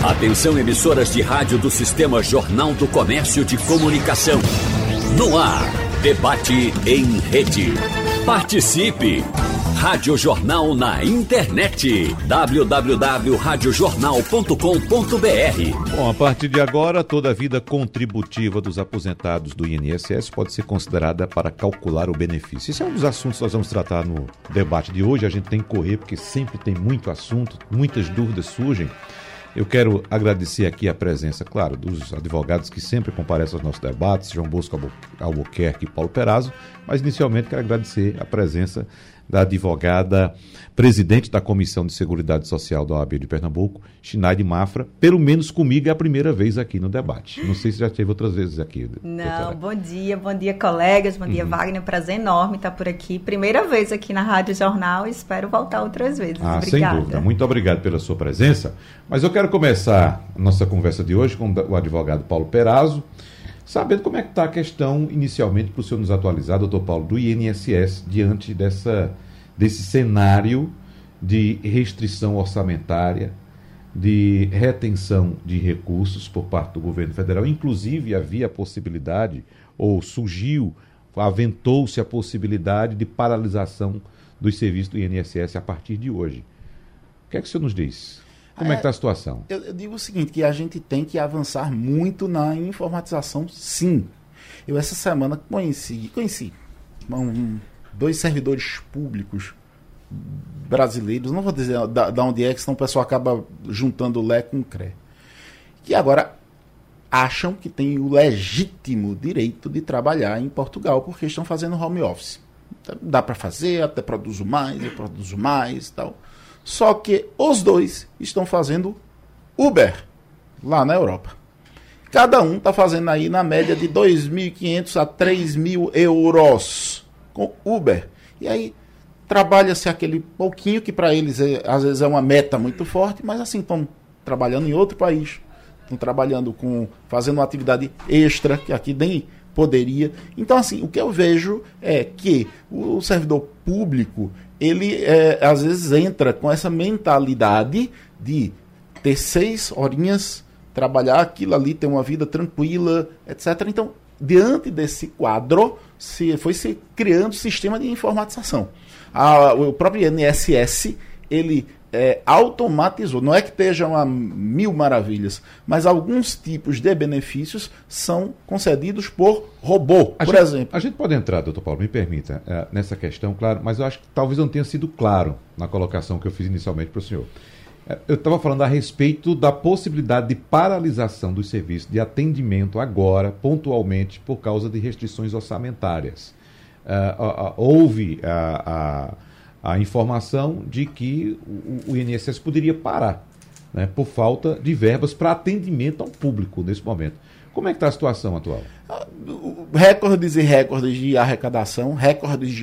Atenção, emissoras de rádio do Sistema Jornal do Comércio de Comunicação. No ar, debate em rede. Participe! Rádio Jornal na internet. www.radiojornal.com.br. Bom, a partir de agora, toda a vida contributiva dos aposentados do INSS pode ser considerada para calcular o benefício. Esse é um dos assuntos que nós vamos tratar no debate de hoje. A gente tem que correr porque sempre tem muito assunto, muitas dúvidas surgem. Eu quero agradecer aqui a presença, claro, dos advogados que sempre comparecem aos nossos debates, João Bosco Albuquerque e Paulo Perazzo, mas inicialmente quero agradecer a presença da advogada presidente da Comissão de Seguridade Social da OAB de Pernambuco, Shinaide Mafra. Pelo menos comigo é a primeira vez aqui no debate. Não sei se já teve outras vezes aqui. Não, doutora. Bom dia colegas, bom dia Wagner, prazer enorme estar por aqui. Primeira vez aqui na Rádio Jornal, espero voltar outras vezes. Obrigada. Sem dúvida, muito obrigado pela sua presença, mas eu quero começar a nossa conversa de hoje com o advogado Paulo Perazzo, sabendo como é que está a questão, inicialmente, para o senhor nos atualizar, doutor Paulo, do INSS, diante desse cenário de restrição orçamentária, de retenção de recursos por parte do governo federal. Inclusive, havia a possibilidade, ou surgiu, aventou-se a possibilidade de paralisação dos serviços do INSS a partir de hoje. O que é que o senhor nos diz? Como é que está a situação? Eu digo o seguinte, que a gente tem que avançar muito na informatização, sim. Eu essa semana conheci dois servidores públicos brasileiros, não vou dizer da onde é, que senão o pessoal acaba juntando o Lé com o CRE, que agora acham que têm o legítimo direito de trabalhar em Portugal porque estão fazendo home office. Dá para fazer, até produzo mais e tal. Só que os dois estão fazendo Uber lá na Europa. Cada um está fazendo aí na média de 2.500 a 3.000 euros com Uber. E aí trabalha-se aquele pouquinho que para eles às vezes é uma meta muito forte, mas assim estão trabalhando em outro país, estão trabalhando fazendo uma atividade extra que aqui nem poderia. Então assim, o que eu vejo é que o servidor público ele às vezes entra com essa mentalidade de ter 6 horinhas, trabalhar aquilo ali, ter uma vida tranquila, etc. Então, diante desse quadro, foi se criando sistema de informatização. O próprio INSS, ele automatizou, não é que esteja uma mil maravilhas, mas alguns tipos de benefícios são concedidos por robô, por exemplo. A gente pode entrar, doutor Paulo, me permita, nessa questão, claro, mas eu acho que talvez não tenha sido claro na colocação que eu fiz inicialmente para o senhor. Eu estava falando a respeito da possibilidade de paralisação dos serviços de atendimento agora, pontualmente, por causa de restrições orçamentárias. Houve a informação de que o INSS poderia parar, né, por falta de verbas para atendimento ao público nesse momento. Como é que está a situação atual? Recordes e recordes de arrecadação, recordes.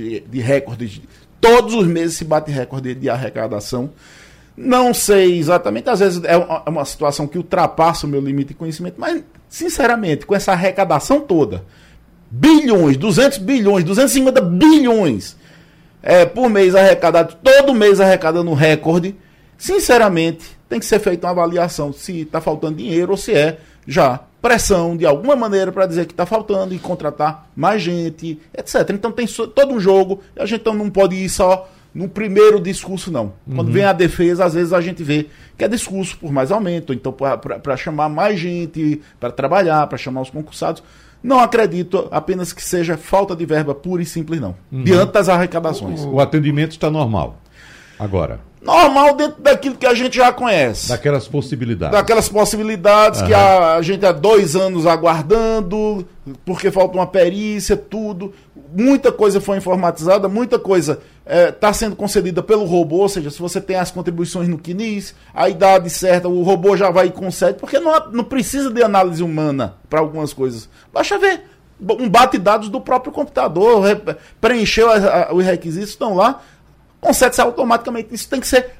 Todos os meses se bate recorde de arrecadação. Não sei exatamente, às vezes é uma situação que ultrapassa o meu limite de conhecimento, mas, sinceramente, com essa arrecadação toda, bilhões, 200 bilhões, 250 bilhões por mês arrecadado, todo mês arrecadando um recorde, sinceramente, tem que ser feita uma avaliação se está faltando dinheiro ou se é já pressão de alguma maneira para dizer que está faltando e contratar mais gente, etc. Então tem todo um jogo, e a gente não pode ir só no primeiro discurso, não. Quando vem a defesa, às vezes a gente vê que é discurso por mais aumento, então para chamar mais gente para trabalhar, para chamar os concursados. Não acredito apenas que seja falta de verba pura e simples, não. Diante das arrecadações. O atendimento está normal agora? Normal dentro daquilo que a gente já conhece. Daquelas possibilidades. Que a gente há 2 anos aguardando, porque falta uma perícia, tudo. Muita coisa foi informatizada, muita coisa está sendo concedida pelo robô, ou seja, se você tem as contribuições no CNIS, a idade certa, o robô já vai e concede, porque não precisa de análise humana para algumas coisas. Basta ver um bate-dados do próprio computador, preencheu os requisitos, estão lá, concede-se automaticamente. Isso tem que ser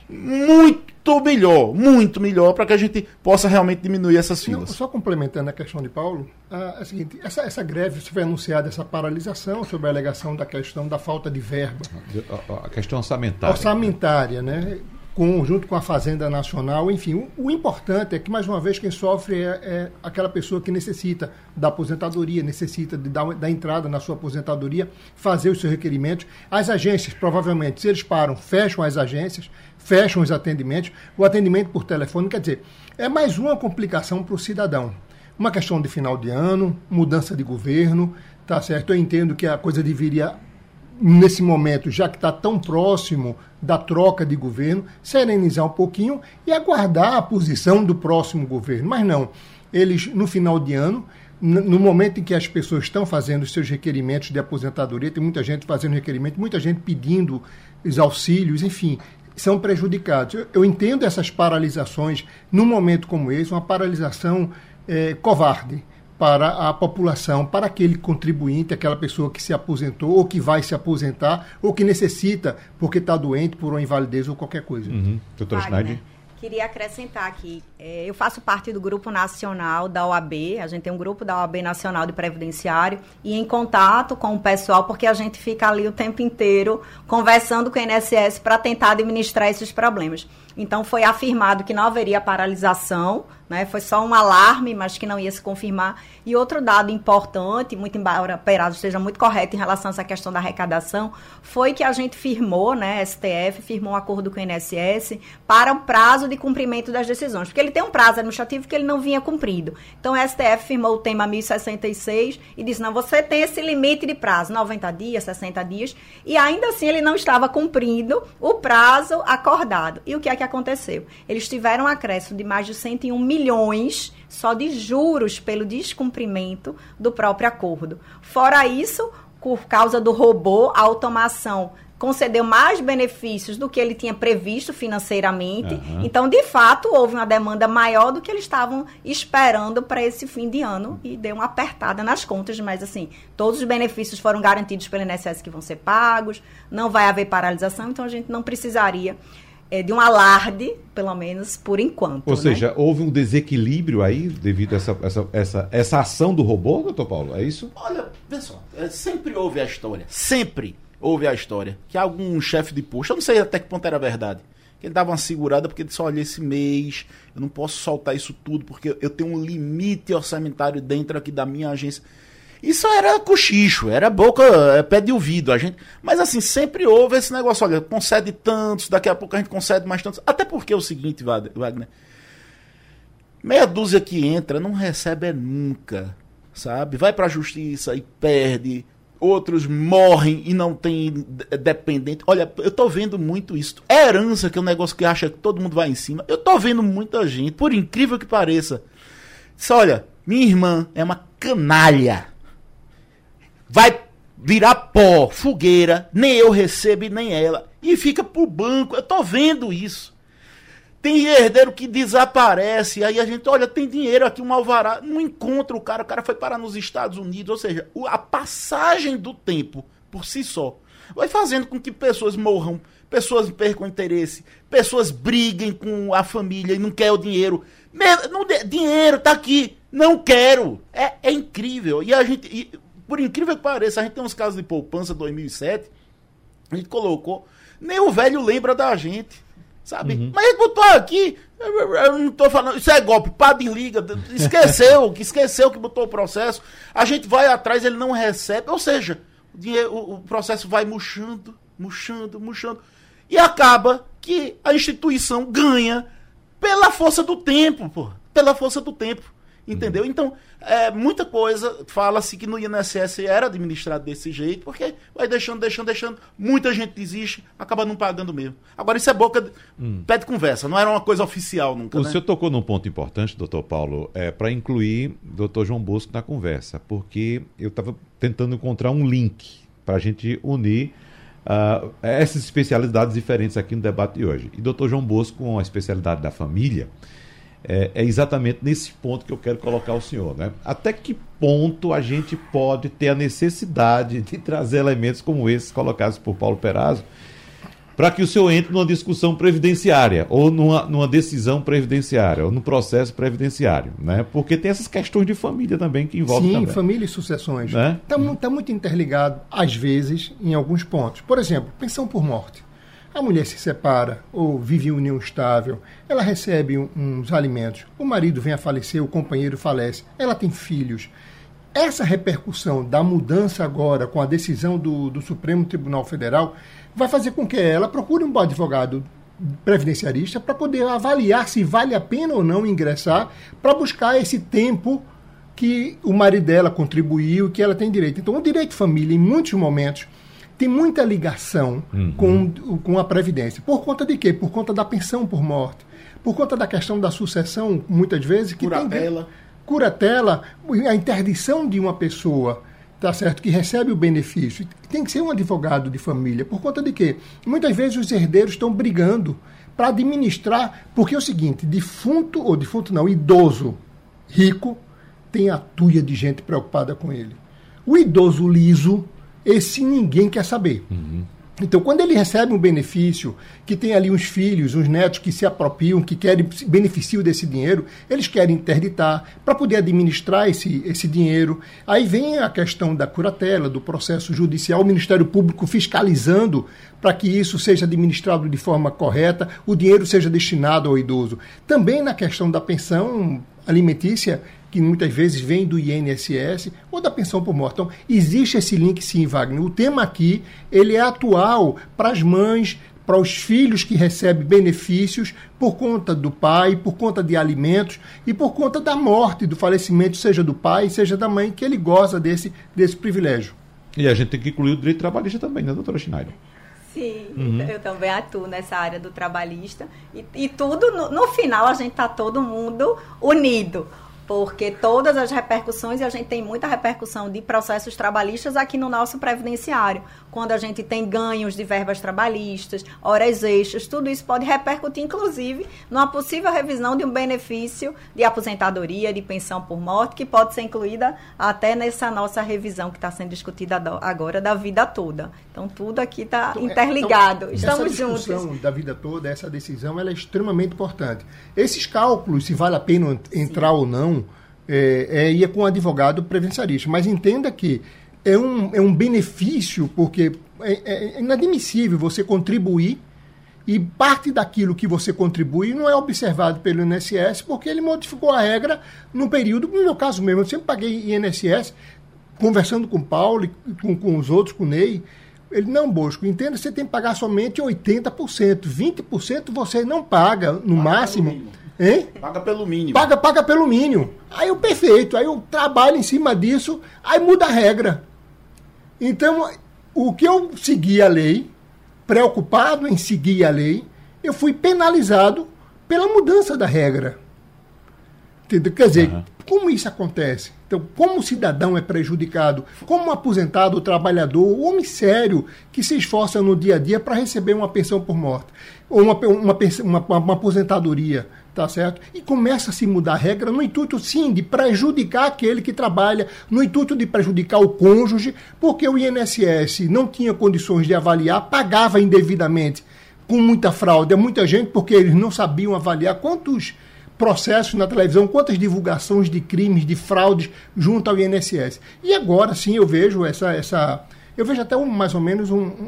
muito melhor para que a gente possa realmente diminuir essas filas. Não, só complementando a questão de Paulo, é o seguinte, essa greve, se foi anunciada essa paralisação sobre a alegação da questão da falta de verba. A questão orçamentária. Orçamentária, né? junto com a Fazenda Nacional, enfim. O importante é que, mais uma vez, quem sofre é aquela pessoa que necessita da aposentadoria, necessita da entrada na sua aposentadoria, fazer os seus requerimentos. As agências, provavelmente, se eles param, fecham as agências, fecham os atendimentos. O atendimento por telefone, quer dizer, é mais uma complicação para o cidadão. Uma questão de final de ano, mudança de governo, tá certo? Eu entendo que a coisa deveria, nesse momento, já que está tão próximo da troca de governo, serenizar um pouquinho e aguardar a posição do próximo governo. Mas não, eles, no final de ano, no momento em que as pessoas estão fazendo os seus requerimentos de aposentadoria, tem muita gente fazendo requerimento, muita gente pedindo os auxílios, enfim, são prejudicados. Eu entendo essas paralisações, num momento como esse, uma paralisação covarde para a população, para aquele contribuinte, aquela pessoa que se aposentou ou que vai se aposentar ou que necessita porque está doente por uma invalidez ou qualquer coisa. Doutora Schneider? Queria acrescentar aqui, eu faço parte do grupo nacional da OAB, a gente tem um grupo da OAB Nacional de Previdenciário e em contato com o pessoal, porque a gente fica ali o tempo inteiro conversando com o INSS para tentar administrar esses problemas. Então, foi afirmado que não haveria paralisação, né? Foi só um alarme, mas que não ia se confirmar. E outro dado importante, muito embora Perazzo esteja muito correto em relação a essa questão da arrecadação, foi que a gente firmou, né, STF firmou um acordo com o INSS para o prazo de cumprimento das decisões, porque ele tem um prazo administrativo que ele não vinha cumprido. Então, o STF firmou o tema 1066 e disse, não, você tem esse limite de prazo, 90 dias, 60 dias, e ainda assim ele não estava cumprindo o prazo acordado. E o que é que aconteceu? Eles tiveram um acréscimo de mais de 101 milhões só de juros pelo descumprimento do próprio acordo. Fora isso, por causa do robô, a automação concedeu mais benefícios do que ele tinha previsto financeiramente. Então, de fato, houve uma demanda maior do que eles estavam esperando para esse fim de ano e deu uma apertada nas contas, mas assim, todos os benefícios foram garantidos pelo INSS que vão ser pagos, não vai haver paralisação, então a gente não precisaria de um alarde, pelo menos por enquanto. Ou seja, houve um desequilíbrio aí devido a essa ação do robô, doutor Paulo, é isso? Olha, pessoal, sempre houve a história, que algum chefe de posto, eu não sei até que ponto era verdade, que ele dava uma segurada porque ele disse, olha, esse mês eu não posso soltar isso tudo porque eu tenho um limite orçamentário dentro aqui da minha agência. Isso era cochicho, era pé de ouvido. Mas assim, sempre houve esse negócio, olha, concede tantos, daqui a pouco a gente concede mais tantos. Até porque é o seguinte, Wagner, meia dúzia que entra não recebe nunca, sabe? Vai pra justiça e perde, outros morrem e não tem dependente. Olha, eu tô vendo muito isso. É herança, que é um negócio que acha que todo mundo vai em cima. Eu tô vendo muita gente, por incrível que pareça. Diz, olha, minha irmã é uma canalha. Vai virar pó, fogueira, nem eu recebo e nem ela. E fica pro banco. Eu tô vendo isso. Tem herdeiro que desaparece. Aí a gente, olha, tem dinheiro aqui, um alvará. Não encontra o cara foi parar nos Estados Unidos. Ou seja, a passagem do tempo, por si só, vai fazendo com que pessoas morram, pessoas percam interesse, pessoas briguem com a família e não querem o dinheiro. Dinheiro tá aqui, não quero. É incrível. E a gente... por incrível que pareça, a gente tem uns casos de poupança 2007, a gente colocou, nem o velho lembra da gente, sabe? Mas a gente botou aqui, eu não tô falando, isso é golpe, pá, desliga, esqueceu que botou o processo, a gente vai atrás, ele não recebe, ou seja, o processo vai murchando, e acaba que a instituição ganha pela força do tempo, entendeu? Então, muita coisa fala-se que no INSS era administrado desse jeito, porque vai deixando, muita gente desiste, acaba não pagando mesmo. Agora, isso é pé de conversa, não era uma coisa oficial nunca, O senhor tocou num ponto importante, doutor Paulo, para incluir o doutor João Bosco na conversa, porque eu estava tentando encontrar um link para a gente unir essas especialidades diferentes aqui no debate de hoje. E doutor João Bosco, com a especialidade da família, é exatamente nesse ponto que eu quero colocar o senhor, né? Até que ponto a gente pode ter a necessidade de trazer elementos como esses colocados por Paulo Perazzo para que o senhor entre numa discussão previdenciária ou numa decisão previdenciária ou num processo previdenciário, né? Porque tem essas questões de família também que envolvem também. Sim, família e sucessões. Né? Tá muito interligado, às vezes, em alguns pontos. Por exemplo, pensão por morte. A mulher se separa ou vive em união estável, ela recebe uns alimentos, o marido vem a falecer, o companheiro falece, ela tem filhos. Essa repercussão da mudança agora com a decisão do Supremo Tribunal Federal vai fazer com que ela procure um bom advogado previdenciarista para poder avaliar se vale a pena ou não ingressar para buscar esse tempo que o marido dela contribuiu, que ela tem direito. Então, o direito de família, em muitos momentos, tem muita ligação com a Previdência. Por conta de quê? Por conta da pensão por morte. Por conta da questão da sucessão, muitas vezes, que curatela, a interdição de uma pessoa, tá certo, que recebe o benefício. Tem que ser um advogado de família. Por conta de quê? Muitas vezes os herdeiros estão brigando para administrar, porque é o seguinte, idoso rico tem a tuia de gente preocupada com ele. O idoso liso, esse ninguém quer saber. Então, quando ele recebe um benefício, que tem ali uns filhos, uns netos que se apropriam, que querem beneficiar desse dinheiro, eles querem interditar para poder administrar esse dinheiro. Aí vem a questão da curatela, do processo judicial, o Ministério Público fiscalizando para que isso seja administrado de forma correta, o dinheiro seja destinado ao idoso. Também na questão da pensão alimentícia, que muitas vezes vem do INSS ou da pensão por morte. Então, existe esse link sim, Wagner. O tema aqui, ele é atual para as mães, para os filhos que recebem benefícios por conta do pai, por conta de alimentos e por conta da morte, do falecimento, seja do pai, seja da mãe, que ele goza desse privilégio. E a gente tem que incluir o direito trabalhista também, né, doutora Schneider? Sim, eu também atuo nessa área do trabalhista. E tudo, no final, a gente está todo mundo unido. Porque todas as repercussões, e a gente tem muita repercussão de processos trabalhistas aqui no nosso previdenciário. Quando a gente tem ganhos de verbas trabalhistas, horas extras, tudo isso pode repercutir, inclusive, numa possível revisão de um benefício de aposentadoria, de pensão por morte, que pode ser incluída até nessa nossa revisão que está sendo discutida agora da vida toda. Então, tudo aqui está interligado. Estamos juntos. Essa discussão da vida toda, essa decisão, ela é extremamente importante. Esses cálculos, se vale a pena entrar ou não, ia com um advogado previdenciarista. Mas entenda que é um benefício, porque é inadmissível você contribuir e parte daquilo que você contribui não é observado pelo INSS, porque ele modificou a regra no período, no meu caso mesmo, eu sempre paguei INSS, conversando com o Paulo, com os outros, com o Ney. Ele, não, Bosco, entenda, você tem que pagar somente 80%, 20% você não paga, no máximo. Hein? Paga pelo mínimo. Paga pelo mínimo. Aí o perfeito, aí eu trabalho em cima disso, aí muda a regra. Então, o que eu segui a lei, preocupado em seguir a lei, eu fui penalizado pela mudança da regra. Entendeu? Quer dizer, como isso acontece? Então, como o cidadão é prejudicado, como um aposentado, o trabalhador, o homem sério que se esforça no dia a dia para receber uma pensão por morte, ou uma aposentadoria, tá certo? E começa a se mudar a regra no intuito, sim, de prejudicar aquele que trabalha, no intuito de prejudicar o cônjuge, porque o INSS não tinha condições de avaliar, pagava indevidamente, com muita fraude a muita gente, porque eles não sabiam avaliar quantos processos na televisão, quantas divulgações de crimes, de fraudes junto ao INSS. E agora sim eu vejo eu vejo até mais ou menos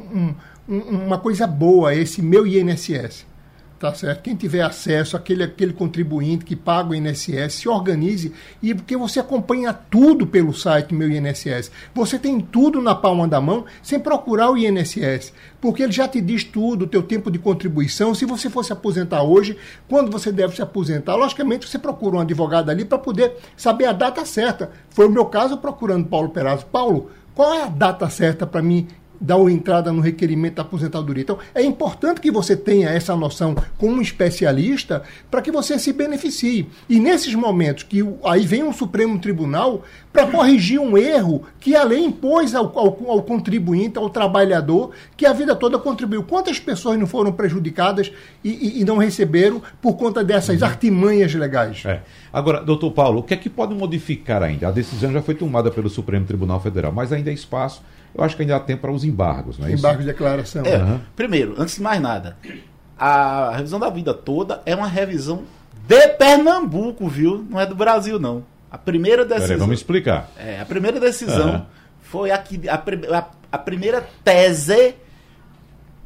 uma coisa boa, esse meu INSS. Tá certo? Quem tiver acesso, aquele contribuinte que paga o INSS, se organize, e porque você acompanha tudo pelo site Meu INSS. Você tem tudo na palma da mão, sem procurar o INSS, porque ele já te diz tudo, o teu tempo de contribuição. Se você fosse aposentar hoje, quando você deve se aposentar, logicamente você procura um advogado ali para poder saber a data certa. Foi o meu caso procurando Paulo Perazzo. Paulo, qual é a data certa para mim dar uma entrada no requerimento da aposentadoria? Então, é importante que você tenha essa noção como um especialista para que você se beneficie. E nesses momentos que aí vem um Supremo Tribunal para corrigir um erro que a lei impôs ao contribuinte, ao trabalhador, que a vida toda contribuiu. Quantas pessoas não foram prejudicadas e não receberam por conta dessas artimanhas legais? Agora, doutor Paulo, o que é que pode modificar ainda? A decisão já foi tomada pelo Supremo Tribunal Federal, mas ainda há espaço. Eu acho que ainda há tempo para os embargos, não é isso? Embargos de declaração. Primeiro, antes de mais nada, a revisão da vida toda é uma revisão de Pernambuco, viu? Não é do Brasil, não. A primeira decisão... Peraí, vamos explicar. A primeira decisão foi aqui... A primeira tese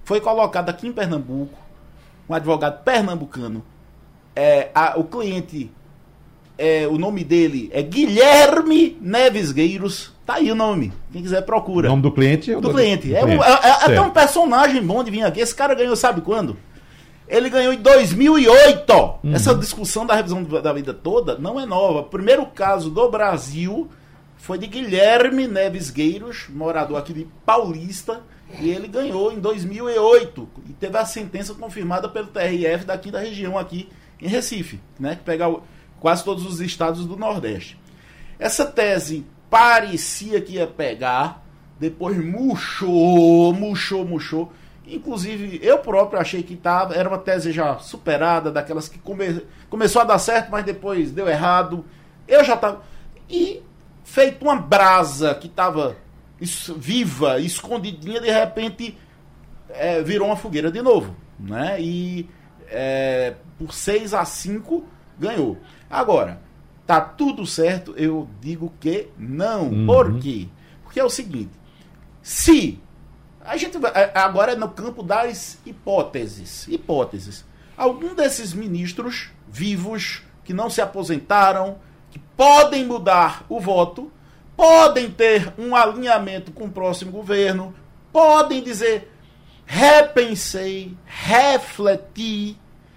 foi colocado aqui em Pernambuco, um advogado pernambucano. O cliente, o nome dele é Guilherme Neves Gueiros. Tá aí o nome. Quem quiser procura. O nome do cliente? Do cliente. É até um personagem bom de vir aqui. Esse cara ganhou, sabe quando? Ele ganhou em 2008. Essa discussão da revisão da vida toda não é nova. O primeiro caso do Brasil foi de Guilherme Neves Gueiros, morador aqui de Paulista, e ele ganhou em 2008. E teve a sentença confirmada pelo TRF daqui da região, aqui em Recife, né, que pega quase todos os estados do Nordeste. Essa tese parecia que ia pegar, depois murchou. Inclusive, eu próprio achei que era uma tese já superada, daquelas que começou a dar certo, mas depois deu errado. Eu já estava... E feito uma brasa que estava viva, escondidinha, de repente virou uma fogueira de novo, né? E por 6-5 ganhou. Agora, tá tudo certo? Eu digo que não. Por quê? Porque é o seguinte, se a gente agora é no campo das hipóteses, algum desses ministros vivos que não se aposentaram, que podem mudar o voto, podem ter um alinhamento com o próximo governo, podem dizer: repensei, refleti,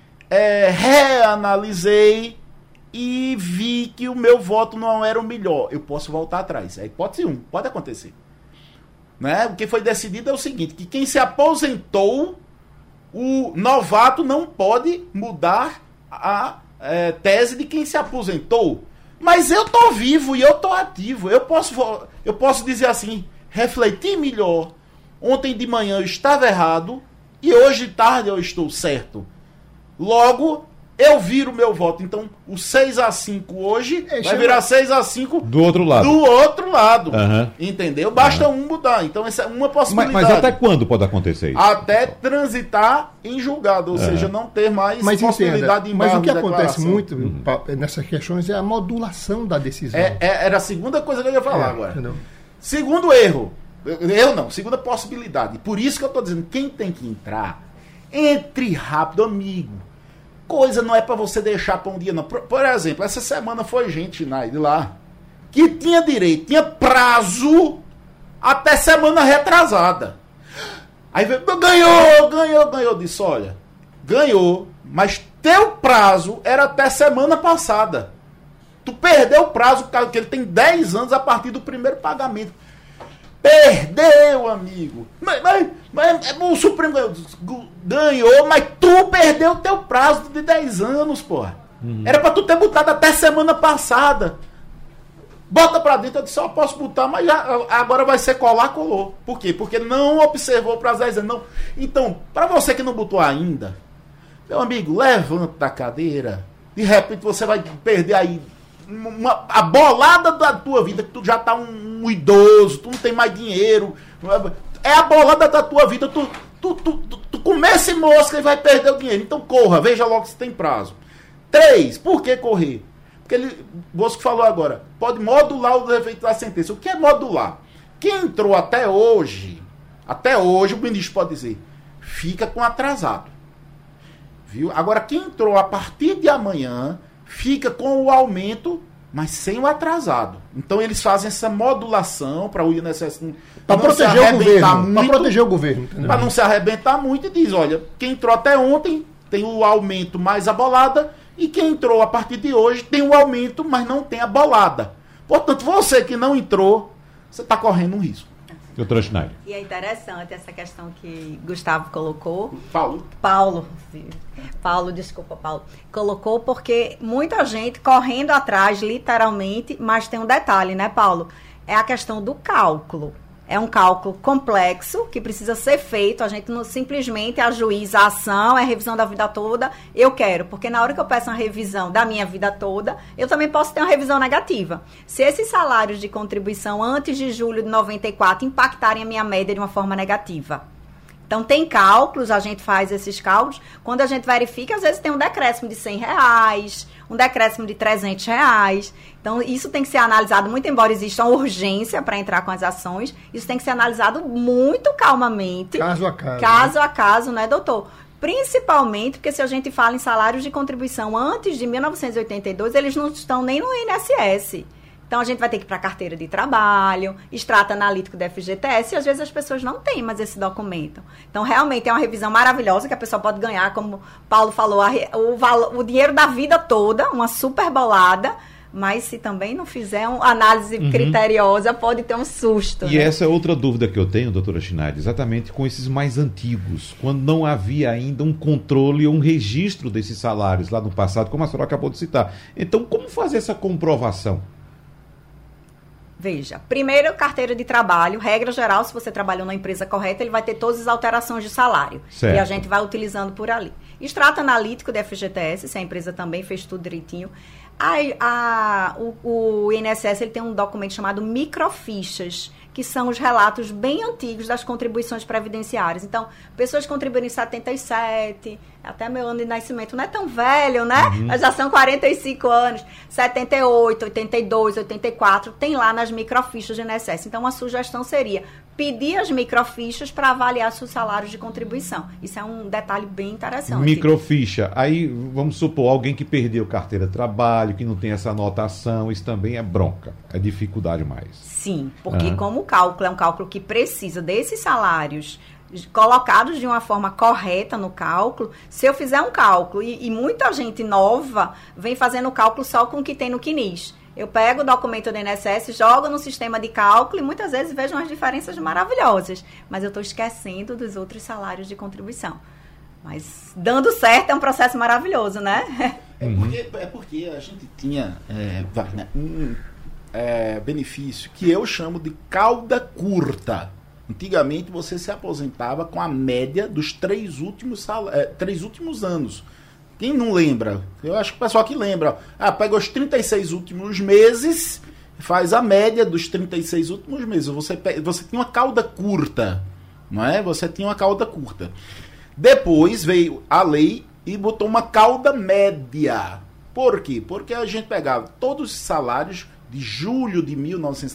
reanalisei e vi que o meu voto não era o melhor. Eu posso voltar atrás. É hipótese 1, pode acontecer. Né? O que foi decidido é o seguinte, que quem se aposentou, o novato não pode mudar a tese de quem se aposentou. Mas eu tô vivo e eu tô ativo. Eu posso dizer assim: refleti melhor. Ontem de manhã eu estava errado e hoje de tarde eu estou certo. Logo, eu viro o meu voto. Então, o 6-5 hoje vai virar 6-5 do outro lado. Entendeu? Basta um mudar. Então, essa é uma possibilidade. Mas até quando pode acontecer isso? Até transitar em julgado, ou seja, não ter mais possibilidade de embargo. Mas o que acontece muito nessas questões é a modulação da decisão. Era a segunda coisa que eu ia falar agora. Entendeu? Segundo erro. Segunda possibilidade. Por isso que eu estou dizendo, quem tem que entrar, entre rápido, amigo. Coisa não é para você deixar para um dia, não. Por exemplo, essa semana foi gente, Naide, lá, que tinha direito, tinha prazo até semana retrasada. Aí veio, ganhou. Disse, olha, ganhou, mas teu prazo era até semana passada. Tu perdeu o prazo, porque ele tem 10 anos a partir do primeiro pagamento. Perdeu, amigo. Mas o Supremo ganhou, mas tu perdeu o teu prazo de 10 anos, porra. Era pra tu ter botado até semana passada. Bota pra dentro, eu disse, só posso botar, mas agora vai ser colou. Por quê? Porque não observou o prazo de 10 anos. Não. Então, pra você que não botou ainda, meu amigo, levanta da cadeira. De repente você vai perder aí a bolada da tua vida, que tu já tá um idoso, tu não tem mais dinheiro, é a bolada da tua vida, tu começa em mosca e vai perder o dinheiro. Então corra, veja logo se tem prazo. 3, por que correr? Porque o Bosco falou agora, pode modular o efeito da sentença. O que é modular? Quem entrou até hoje, o ministro pode dizer, fica com atrasado. Viu? Agora, quem entrou a partir de amanhã, fica com o aumento, mas sem o atrasado. Então eles fazem essa modulação para o INSS para proteger o governo. Para não se arrebentar muito, e diz, olha, quem entrou até ontem tem o aumento mais a bolada, e quem entrou a partir de hoje tem o aumento, mas não tem a bolada. Portanto, você que não entrou, você está correndo um risco. Doutora Schneider. E é interessante essa questão que Gustavo colocou. Paulo, colocou, porque muita gente correndo atrás, literalmente, mas tem um detalhe, né, Paulo? É a questão do cálculo. É um cálculo complexo que precisa ser feito. A gente não simplesmente ajuiza a ação, é revisão da vida toda. Eu quero, porque na hora que eu peço uma revisão da minha vida toda, eu também posso ter uma revisão negativa. Se esses salários de contribuição antes de julho de 94 impactarem a minha média de uma forma negativa, Então, tem cálculos, a gente faz esses cálculos. Quando a gente verifica, às vezes tem um decréscimo de R$100, um decréscimo de R$300. Então, isso tem que ser analisado, muito embora exista uma urgência para entrar com as ações, isso tem que ser analisado muito calmamente. Caso a caso. Caso a caso, né, doutor? Principalmente porque se a gente fala em salários de contribuição antes de 1982, eles não estão nem no INSS. Então, a gente vai ter que ir para a carteira de trabalho, extrato analítico da FGTS, e às vezes as pessoas não têm mais esse documento. Então, realmente é uma revisão maravilhosa que a pessoa pode ganhar, como o Paulo falou, o dinheiro da vida toda, uma super bolada, mas se também não fizer uma análise criteriosa, pode ter um susto. E essa é outra dúvida que eu tenho, doutora Schneider, exatamente com esses mais antigos, quando não havia ainda um controle ou um registro desses salários lá no passado, como a senhora acabou de citar. Então, como fazer essa comprovação? Veja, primeiro, carteira de trabalho, regra geral, se você trabalhou na empresa correta, ele vai ter todas as alterações de salário. Certo. E a gente vai utilizando por ali. Extrato analítico da FGTS, se a empresa também fez tudo direitinho. O INSS ele tem um documento chamado microfichas, que são os relatos bem antigos das contribuições previdenciárias. Então, pessoas contribuíram em 77, até meu ano de nascimento não é tão velho, né? Mas já são 45 anos, 78, 82, 84, tem lá nas microfichas do INSS. Então, uma sugestão seria pedir as microfichas para avaliar seus salários de contribuição. Isso é um detalhe bem interessante. Microficha. Aí, vamos supor, alguém que perdeu carteira de trabalho, que não tem essa anotação, isso também é bronca, é dificuldade mais. Sim, porque como o cálculo é um cálculo que precisa desses salários colocados de uma forma correta no cálculo, se eu fizer um cálculo, e muita gente nova vem fazendo o cálculo só com o que tem no CNIS. Eu pego o documento do INSS, jogo no sistema de cálculo e muitas vezes vejo umas diferenças maravilhosas. Mas eu estou esquecendo dos outros salários de contribuição. Mas dando certo é um processo maravilhoso, né? É porque a gente tinha um benefício que eu chamo de cauda curta. Antigamente você se aposentava com a média dos 3 últimos anos. Quem não lembra? Eu acho que o pessoal que lembra. Pega os 36 últimos meses, faz a média dos 36 últimos meses. Você tinha uma cauda curta, não é? Você tinha uma cauda curta. Depois veio a lei e botou uma cauda média. Por quê? Porque a gente pegava todos os salários de julho de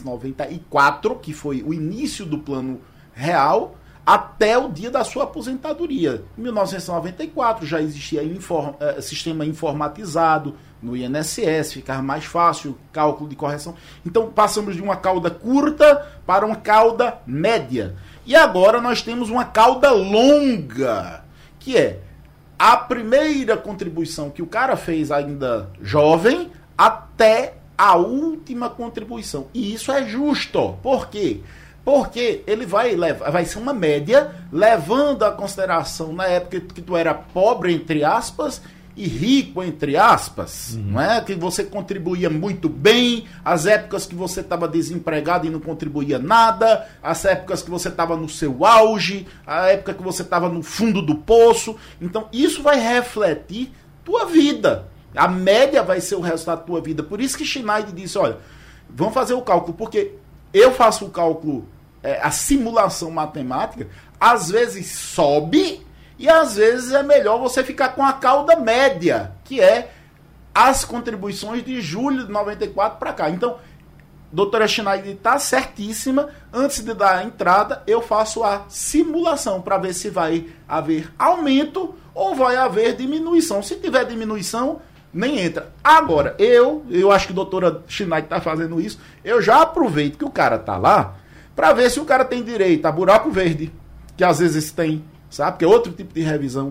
1994, que foi o início do plano real, até o dia da sua aposentadoria. Em 1994 já existia sistema informatizado no INSS, ficava mais fácil, cálculo de correção. Então passamos de uma cauda curta para uma cauda média. E agora nós temos uma cauda longa, que é a primeira contribuição que o cara fez ainda jovem até a última contribuição. E isso é justo. Por quê? Porque ele vai ser uma média, levando a consideração na época que tu era pobre, entre aspas, e rico, entre aspas, não é? Que você contribuía muito bem, as épocas que você estava desempregado e não contribuía nada, as épocas que você estava no seu auge, a época que você estava no fundo do poço. Então, isso vai refletir tua vida. A média vai ser o resultado da tua vida. Por isso que Schneider disse, olha, vamos fazer o cálculo, porque eu faço o cálculo, a simulação matemática, às vezes sobe e às vezes é melhor você ficar com a cauda média, que é as contribuições de julho de 94 para cá. Então, doutora Schneider está certíssima. Antes de dar a entrada, eu faço a simulação para ver se vai haver aumento ou vai haver diminuição. Se tiver diminuição, nem entra. Agora, eu acho que a doutora Schneider está fazendo isso, eu já aproveito que o cara está lá para ver se o cara tem direito a buraco verde, que às vezes tem, sabe? Que é outro tipo de revisão.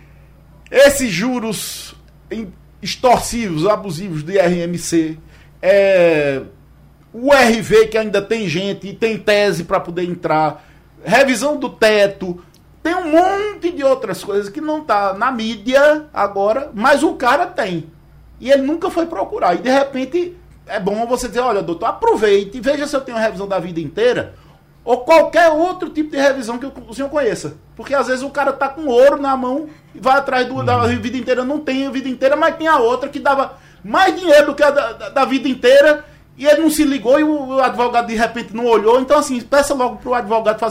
Esses juros extorsivos, abusivos de RMC, o RV que ainda tem gente e tem tese para poder entrar, revisão do teto, tem um monte de outras coisas que não tá na mídia agora, mas o cara tem. E ele nunca foi procurar. E de repente é bom você dizer, olha, doutor, aproveite e veja se eu tenho uma revisão da vida inteira ou qualquer outro tipo de revisão que o senhor conheça. Porque às vezes o cara tá com ouro na mão e vai atrás da vida inteira. Não tem a vida inteira, mas tem a outra que dava mais dinheiro do que a da vida inteira e ele não se ligou e o advogado de repente não olhou. Então assim, peça logo pro advogado fazer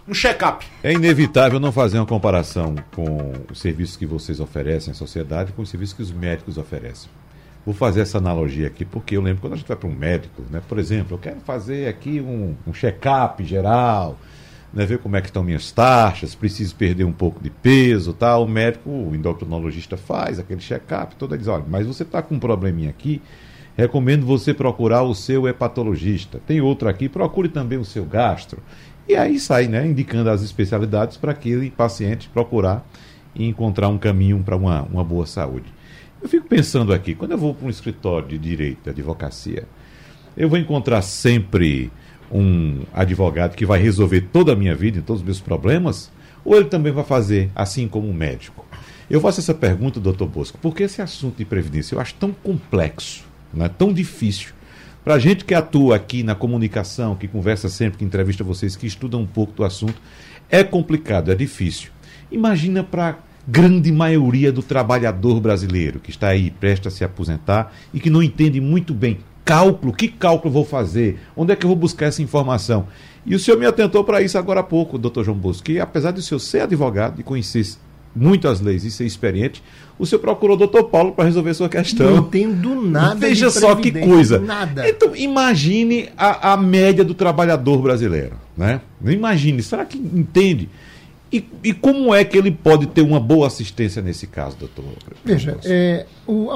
um check-up. É inevitável não fazer uma comparação com os serviços que vocês oferecem à sociedade com os serviços que os médicos oferecem. Vou fazer essa analogia aqui, porque eu lembro quando a gente vai para um médico, né? Por exemplo, eu quero fazer aqui um check-up geral, né? Ver como é que estão minhas taxas, preciso perder um pouco de peso, tal. O médico, o endocrinologista faz aquele check-up, todo ele diz, olha, mas você está com um probleminha aqui, recomendo você procurar o seu hepatologista. Tem outro aqui, procure também o seu gastro. E aí sai, né, indicando as especialidades para aquele paciente procurar e encontrar um caminho para uma boa saúde. Eu fico pensando aqui, quando eu vou para um escritório de direito, de advocacia, eu vou encontrar sempre um advogado que vai resolver toda a minha vida e todos os meus problemas, ou ele também vai fazer assim como um médico? Eu faço essa pergunta, doutor Bosco, porque esse assunto de previdência eu acho tão complexo, né, tão difícil. Para a gente que atua aqui na comunicação, que conversa sempre, que entrevista vocês, que estuda um pouco do assunto, é complicado, é difícil. Imagina para a grande maioria do trabalhador brasileiro que está aí, presta a se aposentar e que não entende muito bem cálculo, que cálculo vou fazer, onde é que eu vou buscar essa informação. E o senhor me atentou para isso agora há pouco, doutor João Bosco, que apesar de o senhor ser advogado e conhecer muito as leis e ser experiente, o senhor procurou o doutor Paulo para resolver sua questão. Não entendo nada. Veja só que coisa. Nada. Então, imagine a média do trabalhador brasileiro, né? Imagine, será que entende? E como é que ele pode ter uma boa assistência nesse caso, doutor? Veja, a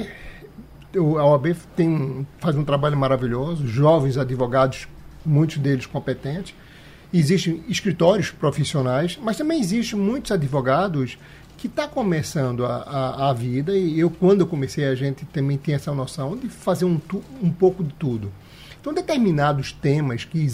OAB faz um trabalho maravilhoso, jovens advogados, muitos deles competentes. Existem escritórios profissionais, mas também existem muitos advogados que estão começando a vida, e quando eu comecei, a gente também tem essa noção de fazer um pouco de tudo. Então, determinados temas que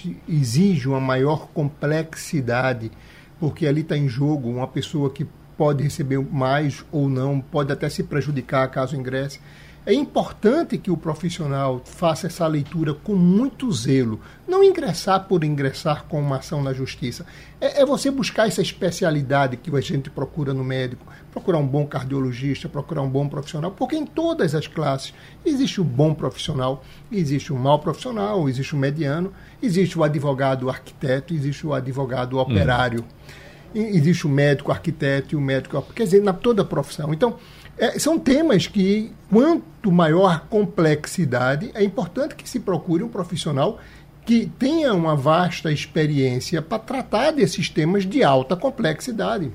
exigem uma maior complexidade, porque ali está em jogo uma pessoa que pode receber mais ou não, pode até se prejudicar caso ingresse. É importante que o profissional faça essa leitura com muito zelo. Não ingressar por ingressar com uma ação na justiça. É você buscar essa especialidade que a gente procura no médico, procurar um bom cardiologista, procurar um bom profissional, porque em todas as classes existe o bom profissional, existe o mau profissional, existe o mediano, existe o advogado arquiteto, existe o advogado operário, existe o médico arquiteto e o médico... Quer dizer, na toda profissão. Então, são temas que, quanto maior a complexidade, é importante que se procure um profissional que tenha uma vasta experiência para tratar desses temas de alta complexidade.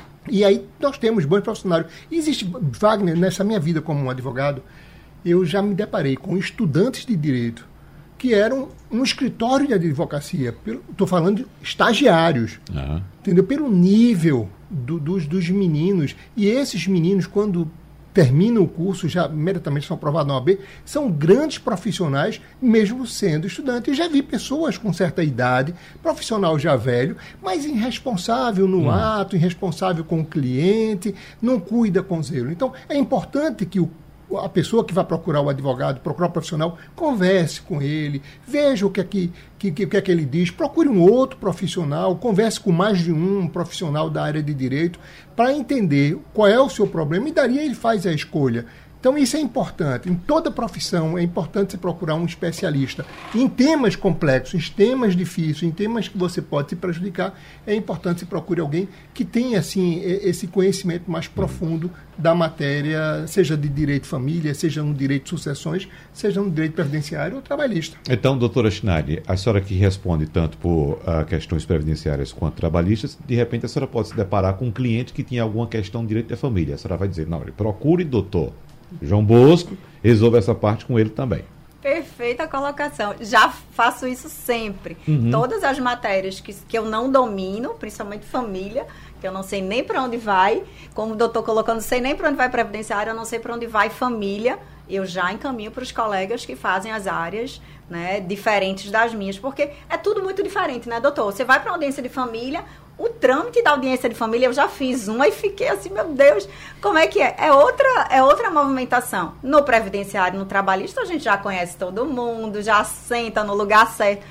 E aí nós temos bons profissionais. Existe, Wagner, nessa minha vida como um advogado, eu já me deparei com estudantes de direito que eram um escritório de advocacia. Estou falando de estagiários, entendeu? Pelo nível dos meninos. E esses meninos, quando terminam o curso, já imediatamente são aprovados na OAB, são grandes profissionais, mesmo sendo estudantes. Eu já vi pessoas com certa idade, profissional já velho, mas irresponsável no ato, irresponsável com o cliente, não cuida com zelo. Então, é importante que a pessoa que vai procurar o advogado, procurar o profissional, converse com ele, veja o que é que ele diz, procure um outro profissional, converse com mais de um profissional da área de direito para entender qual é o seu problema e dali ele faz a escolha. Então isso é importante. Em toda profissão é importante você procurar um especialista. Em temas complexos, em temas difíceis, em temas que você pode se prejudicar, é importante você procure alguém que tenha assim, esse conhecimento mais profundo da matéria, seja de direito de família, seja no direito de sucessões, seja no direito previdenciário ou trabalhista. Então, doutora Schneider, a senhora que responde tanto por questões previdenciárias quanto trabalhistas, de repente a senhora pode se deparar com um cliente que tinha alguma questão de direito da família. A senhora vai dizer, não, procure doutor João Bosco, resolva essa parte com ele também. Perfeita colocação. Já faço isso sempre. Todas as matérias que eu não domino, principalmente família, que eu não sei nem para onde vai, como o doutor colocou, não sei nem para onde vai previdenciário, eu não sei para onde vai família, eu já encaminho para os colegas que fazem as áreas, né, diferentes das minhas, porque é tudo muito diferente, né, doutor? Você vai para uma audiência de família, o trâmite da audiência de família, eu já fiz uma e fiquei assim, meu Deus, como é que é? É outra movimentação. No previdenciário, no trabalhista, a gente já conhece todo mundo, já senta no lugar certo.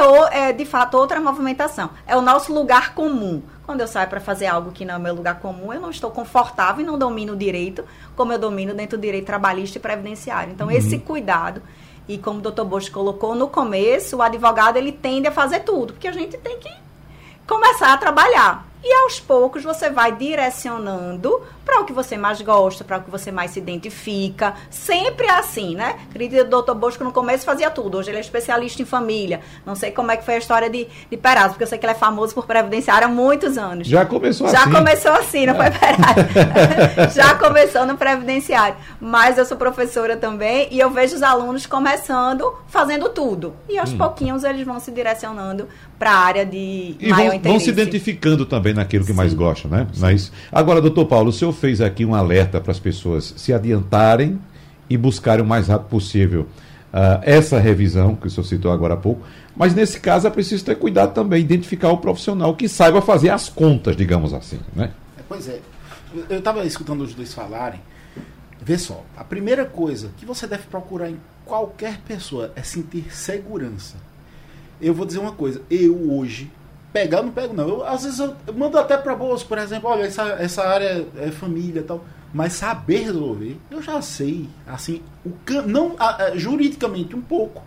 É de fato outra movimentação. É o nosso lugar comum. Quando eu saio para fazer algo que não é o meu lugar comum, eu não estou confortável e não domino o direito como eu domino dentro do direito trabalhista e previdenciário. Então, esse cuidado, e como o doutor Bosco colocou no começo, o advogado ele tende a fazer tudo, porque a gente tem que começar a trabalhar. E aos poucos você vai direcionando para o que você mais gosta, para o que você mais se identifica. Sempre assim, né? Acredito que o doutor Bosco no começo fazia tudo. Hoje ele é especialista em família. Não sei como é que foi a história de Perazzo, porque eu sei que ele é famoso por previdenciário há muitos anos. Já começou assim. Já começou assim, não foi Perazzo. Já começou no previdenciário. Mas eu sou professora também e eu vejo os alunos começando, fazendo tudo. E aos pouquinhos eles vão se direcionando para a área de maior interesse. Vão se identificando também naquilo que mais gostam, né? Mas, agora, doutor Paulo, o senhor fez aqui um alerta para as pessoas se adiantarem e buscarem o mais rápido possível essa revisão que o senhor citou agora há pouco, mas nesse caso é preciso ter cuidado também, identificar o profissional que saiba fazer as contas, digamos assim, né? Pois é, eu estava escutando os dois falarem. Vê só, a primeira coisa que você deve procurar em qualquer pessoa é sentir segurança. Eu vou dizer uma coisa, eu hoje, pegar não pego não, às vezes eu mando até para bolso, por exemplo, olha, essa área é família e tal, mas saber resolver, eu já sei, assim, juridicamente um pouco.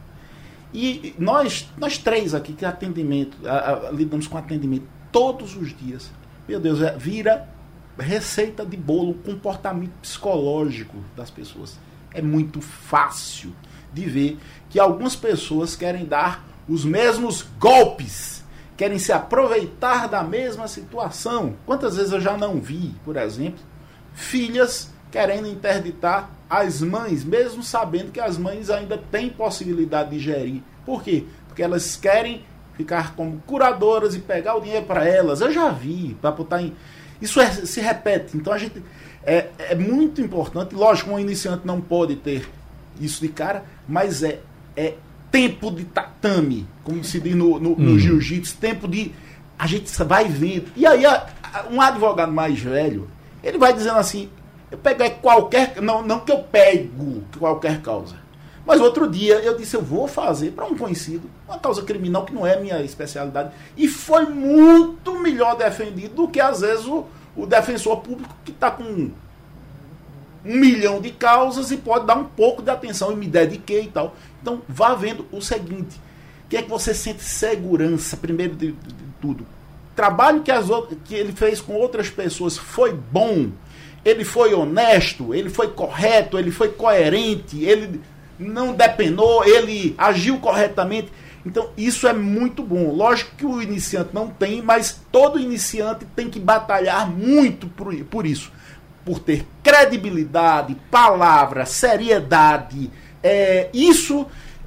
E nós três aqui, que atendimento, lidamos com atendimento todos os dias, meu Deus, vira receita de bolo, comportamento psicológico das pessoas. É muito fácil de ver que algumas pessoas querem dar os mesmos golpes, querem se aproveitar da mesma situação. Quantas vezes eu já não vi, por exemplo, filhas querendo interditar as mães, mesmo sabendo que as mães ainda têm possibilidade de gerir. Por quê? Porque elas querem ficar como curadoras e pegar o dinheiro para elas. Eu já vi, para botar em... Isso se repete. Então a gente... É muito importante, lógico, um iniciante não pode ter isso de cara, mas é tempo de tatame, como se diz no jiu-jitsu, tempo de... A gente vai vendo. E aí, um advogado mais velho, ele vai dizendo assim, eu pego qualquer... Não que eu pego qualquer causa. Mas outro dia eu disse, eu vou fazer para um conhecido uma causa criminal que não é minha especialidade. E foi muito melhor defendido do que, às vezes, o defensor público que está com 1 milhão de causas e pode dar um pouco de atenção e me dediquei e tal. Então, vá vendo o seguinte. O que é que você sente segurança, primeiro de tudo? Trabalho que ele fez com outras pessoas foi bom, ele foi honesto, ele foi correto, ele foi coerente, ele não depenou, ele agiu corretamente. Então, isso é muito bom. Lógico que o iniciante não tem, mas todo iniciante tem que batalhar muito por isso. Por ter credibilidade, palavra, seriedade. Isso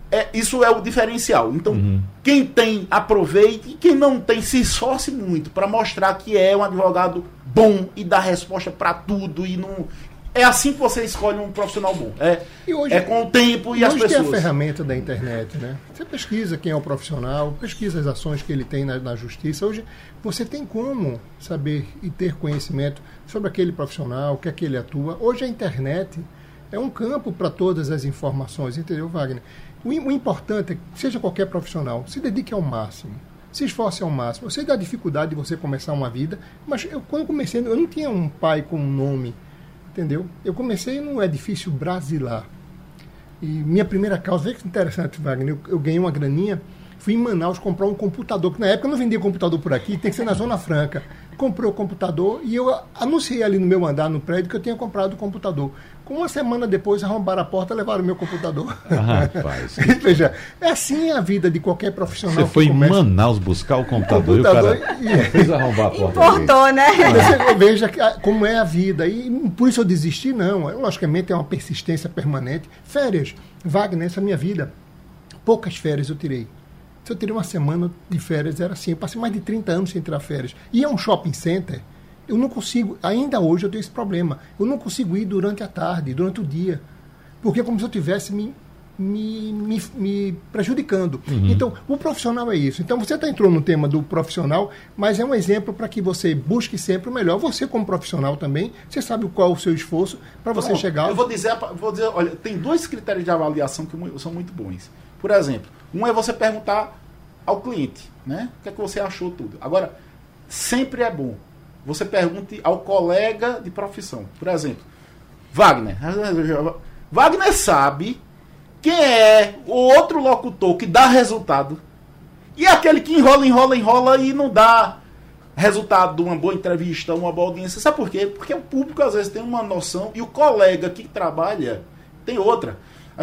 é o diferencial. Então, quem tem, aproveite, e quem não tem, se esforce muito para mostrar que é um advogado bom e dá resposta para tudo. E não... É assim que você escolhe um profissional bom. Hoje, com o tempo e as pessoas. Hoje tem a ferramenta da internet, né? Você pesquisa quem é o profissional, pesquisa as ações que ele tem na justiça. Hoje você tem como saber e ter conhecimento sobre aquele profissional, o que é que ele atua. Hoje a internet é um campo para todas as informações, entendeu, Wagner? O importante é que, seja qualquer profissional, se dedique ao máximo, se esforce ao máximo. Eu sei da dificuldade de você começar uma vida, mas quando eu comecei, eu não tinha um pai com um nome, entendeu? Eu comecei num edifício brasileiro. E minha primeira causa, veja que interessante, Wagner, eu ganhei uma graninha, fui em Manaus comprar um computador, que na época eu não vendia computador por aqui, tem que ser na Zona Franca. Comprei o computador e eu anunciei ali no meu andar, no prédio, que eu tinha comprado o computador. Com uma semana depois, arrombaram a porta e levaram o meu computador. Rapaz. Veja, é assim a vida de qualquer profissional. Você foi em Manaus buscar o computador e o cara fez arrombar a porta. Importou, né? Veja como é a vida. E por isso eu desisti, não. Logicamente é uma persistência permanente. Férias. Wagner, essa minha vida, poucas férias eu tirei. Se eu tirei uma semana de férias, era assim. Eu passei mais de 30 anos sem tirar férias. Ia a um shopping center, eu não consigo, ainda hoje eu tenho esse problema, eu não consigo ir durante a tarde, durante o dia, porque é como se eu estivesse me prejudicando. Então, o profissional é isso. Então, você entrou no tema do profissional, mas é um exemplo para que você busque sempre o melhor. Você, como profissional também, você sabe qual é o seu esforço para você chegar... Eu vou dizer, olha, tem 2 critérios de avaliação que são muito bons. Por exemplo, um é você perguntar ao cliente, né? O que é que você achou tudo. Agora, sempre é bom você pergunte ao colega de profissão. Por exemplo, Wagner sabe quem é o outro locutor que dá resultado e aquele que enrola e não dá resultado de uma boa entrevista, uma boa audiência. Sabe por quê? Porque o público às vezes tem uma noção e o colega que trabalha tem outra.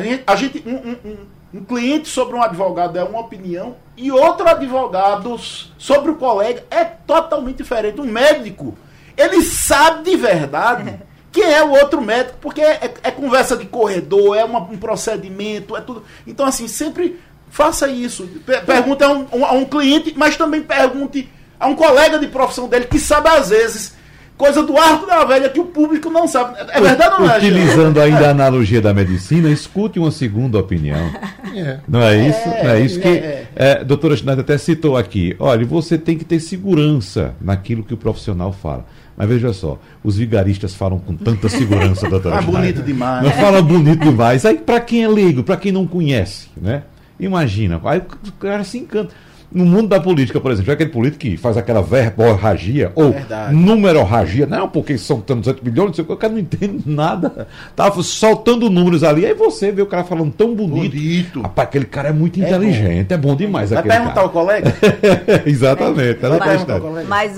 Um cliente sobre um advogado é uma opinião e outro advogado sobre o colega é totalmente diferente. Um médico, ele sabe de verdade quem é o outro médico, porque é conversa de corredor, é um procedimento, é tudo. Então, assim, sempre faça isso. Pergunte a um cliente, mas também pergunte a um colega de profissão dele que sabe, às vezes, coisa do arco da velha que o público não sabe. É verdade ou não é? Utilizando ainda a analogia da medicina, escute uma segunda opinião. Não é isso? Não é isso que a doutora Schneider até citou aqui. Olha, você tem que ter segurança naquilo que o profissional fala. Mas veja só, os vigaristas falam com tanta segurança, doutora Schneider. Bonito demais. Não fala bonito demais. Aí, para quem é leigo, para quem não conhece, né? Imagina, aí o cara se encanta. No mundo da política, por exemplo, é aquele político que faz aquela verborragia ou numerorragia, não, porque são tantos 200 milhões, não sei o que, o cara não entende nada. Tava soltando números ali, aí você vê o cara falando tão bonito. Rapaz, aquele cara é muito inteligente, é bom demais. Vai perguntar ao colega? Exatamente. Mas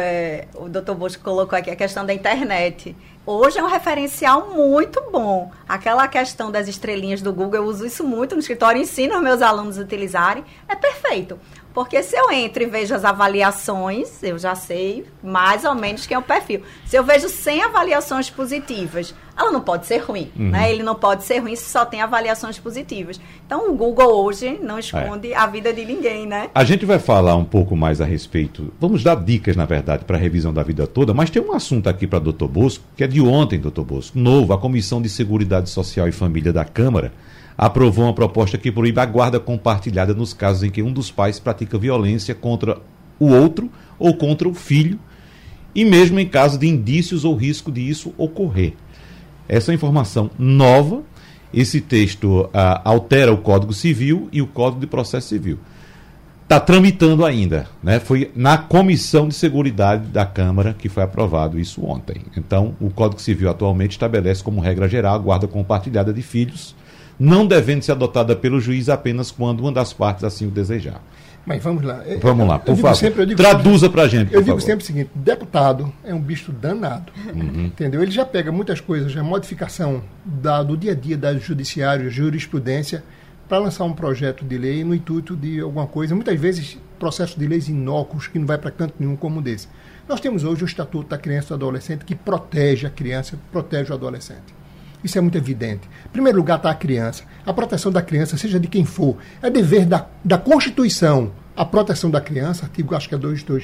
o doutor Bosco colocou aqui a questão da internet. Hoje é um referencial muito bom. Aquela questão das estrelinhas do Google, eu uso isso muito no escritório, ensino os meus alunos a utilizarem. É perfeito. Porque se eu entro e vejo as avaliações, eu já sei mais ou menos quem é o perfil. Se eu vejo 100 avaliações positivas, ela não pode ser ruim, né? Ele não pode ser ruim se só tem avaliações positivas. Então, o Google hoje não esconde a vida de ninguém, né? A gente vai falar um pouco mais a respeito, vamos dar dicas, na verdade, para a revisão da vida toda, mas tem um assunto aqui para Dr. Bosco, que é de ontem, Dr. Bosco, novo. A Comissão de Seguridade Social e Família da Câmara aprovou uma proposta que proíbe a guarda compartilhada nos casos em que um dos pais pratica violência contra o outro ou contra o filho, e mesmo em caso de indícios ou risco de isso ocorrer. Essa é informação nova. Esse texto altera o Código Civil e o Código de Processo Civil. Está tramitando ainda, né? Foi na Comissão de Seguridade da Câmara que foi aprovado isso ontem. Então, o Código Civil atualmente estabelece como regra geral a guarda compartilhada de filhos, não devendo ser adotada pelo juiz apenas quando uma das partes assim o desejar. Mas vamos lá. Vamos lá, por favor. Traduza para a gente, por favor. Eu digo sempre o seguinte, deputado é um bicho danado, entendeu? Ele já pega muitas coisas, a modificação do dia a dia do judiciário, jurisprudência, para lançar um projeto de lei no intuito de alguma coisa, muitas vezes processos de leis inócuos que não vai para canto nenhum como desse. Nós temos hoje o Estatuto da Criança e do Adolescente que protege a criança, protege o adolescente. Isso é muito evidente. Em primeiro lugar está a criança. A proteção da criança, seja de quem for, é dever da Constituição. A proteção da criança, artigo acho que é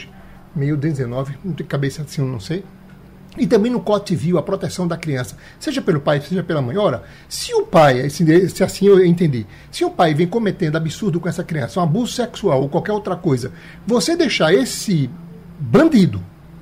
22619, não tem cabeça assim, eu não sei. E também no Código Civil, a proteção da criança, seja pelo pai, seja pela mãe. Ora, se o pai, se assim eu entendi, se o pai vem cometendo absurdo com essa criança, um abuso sexual ou qualquer outra coisa, você deixar esse bandido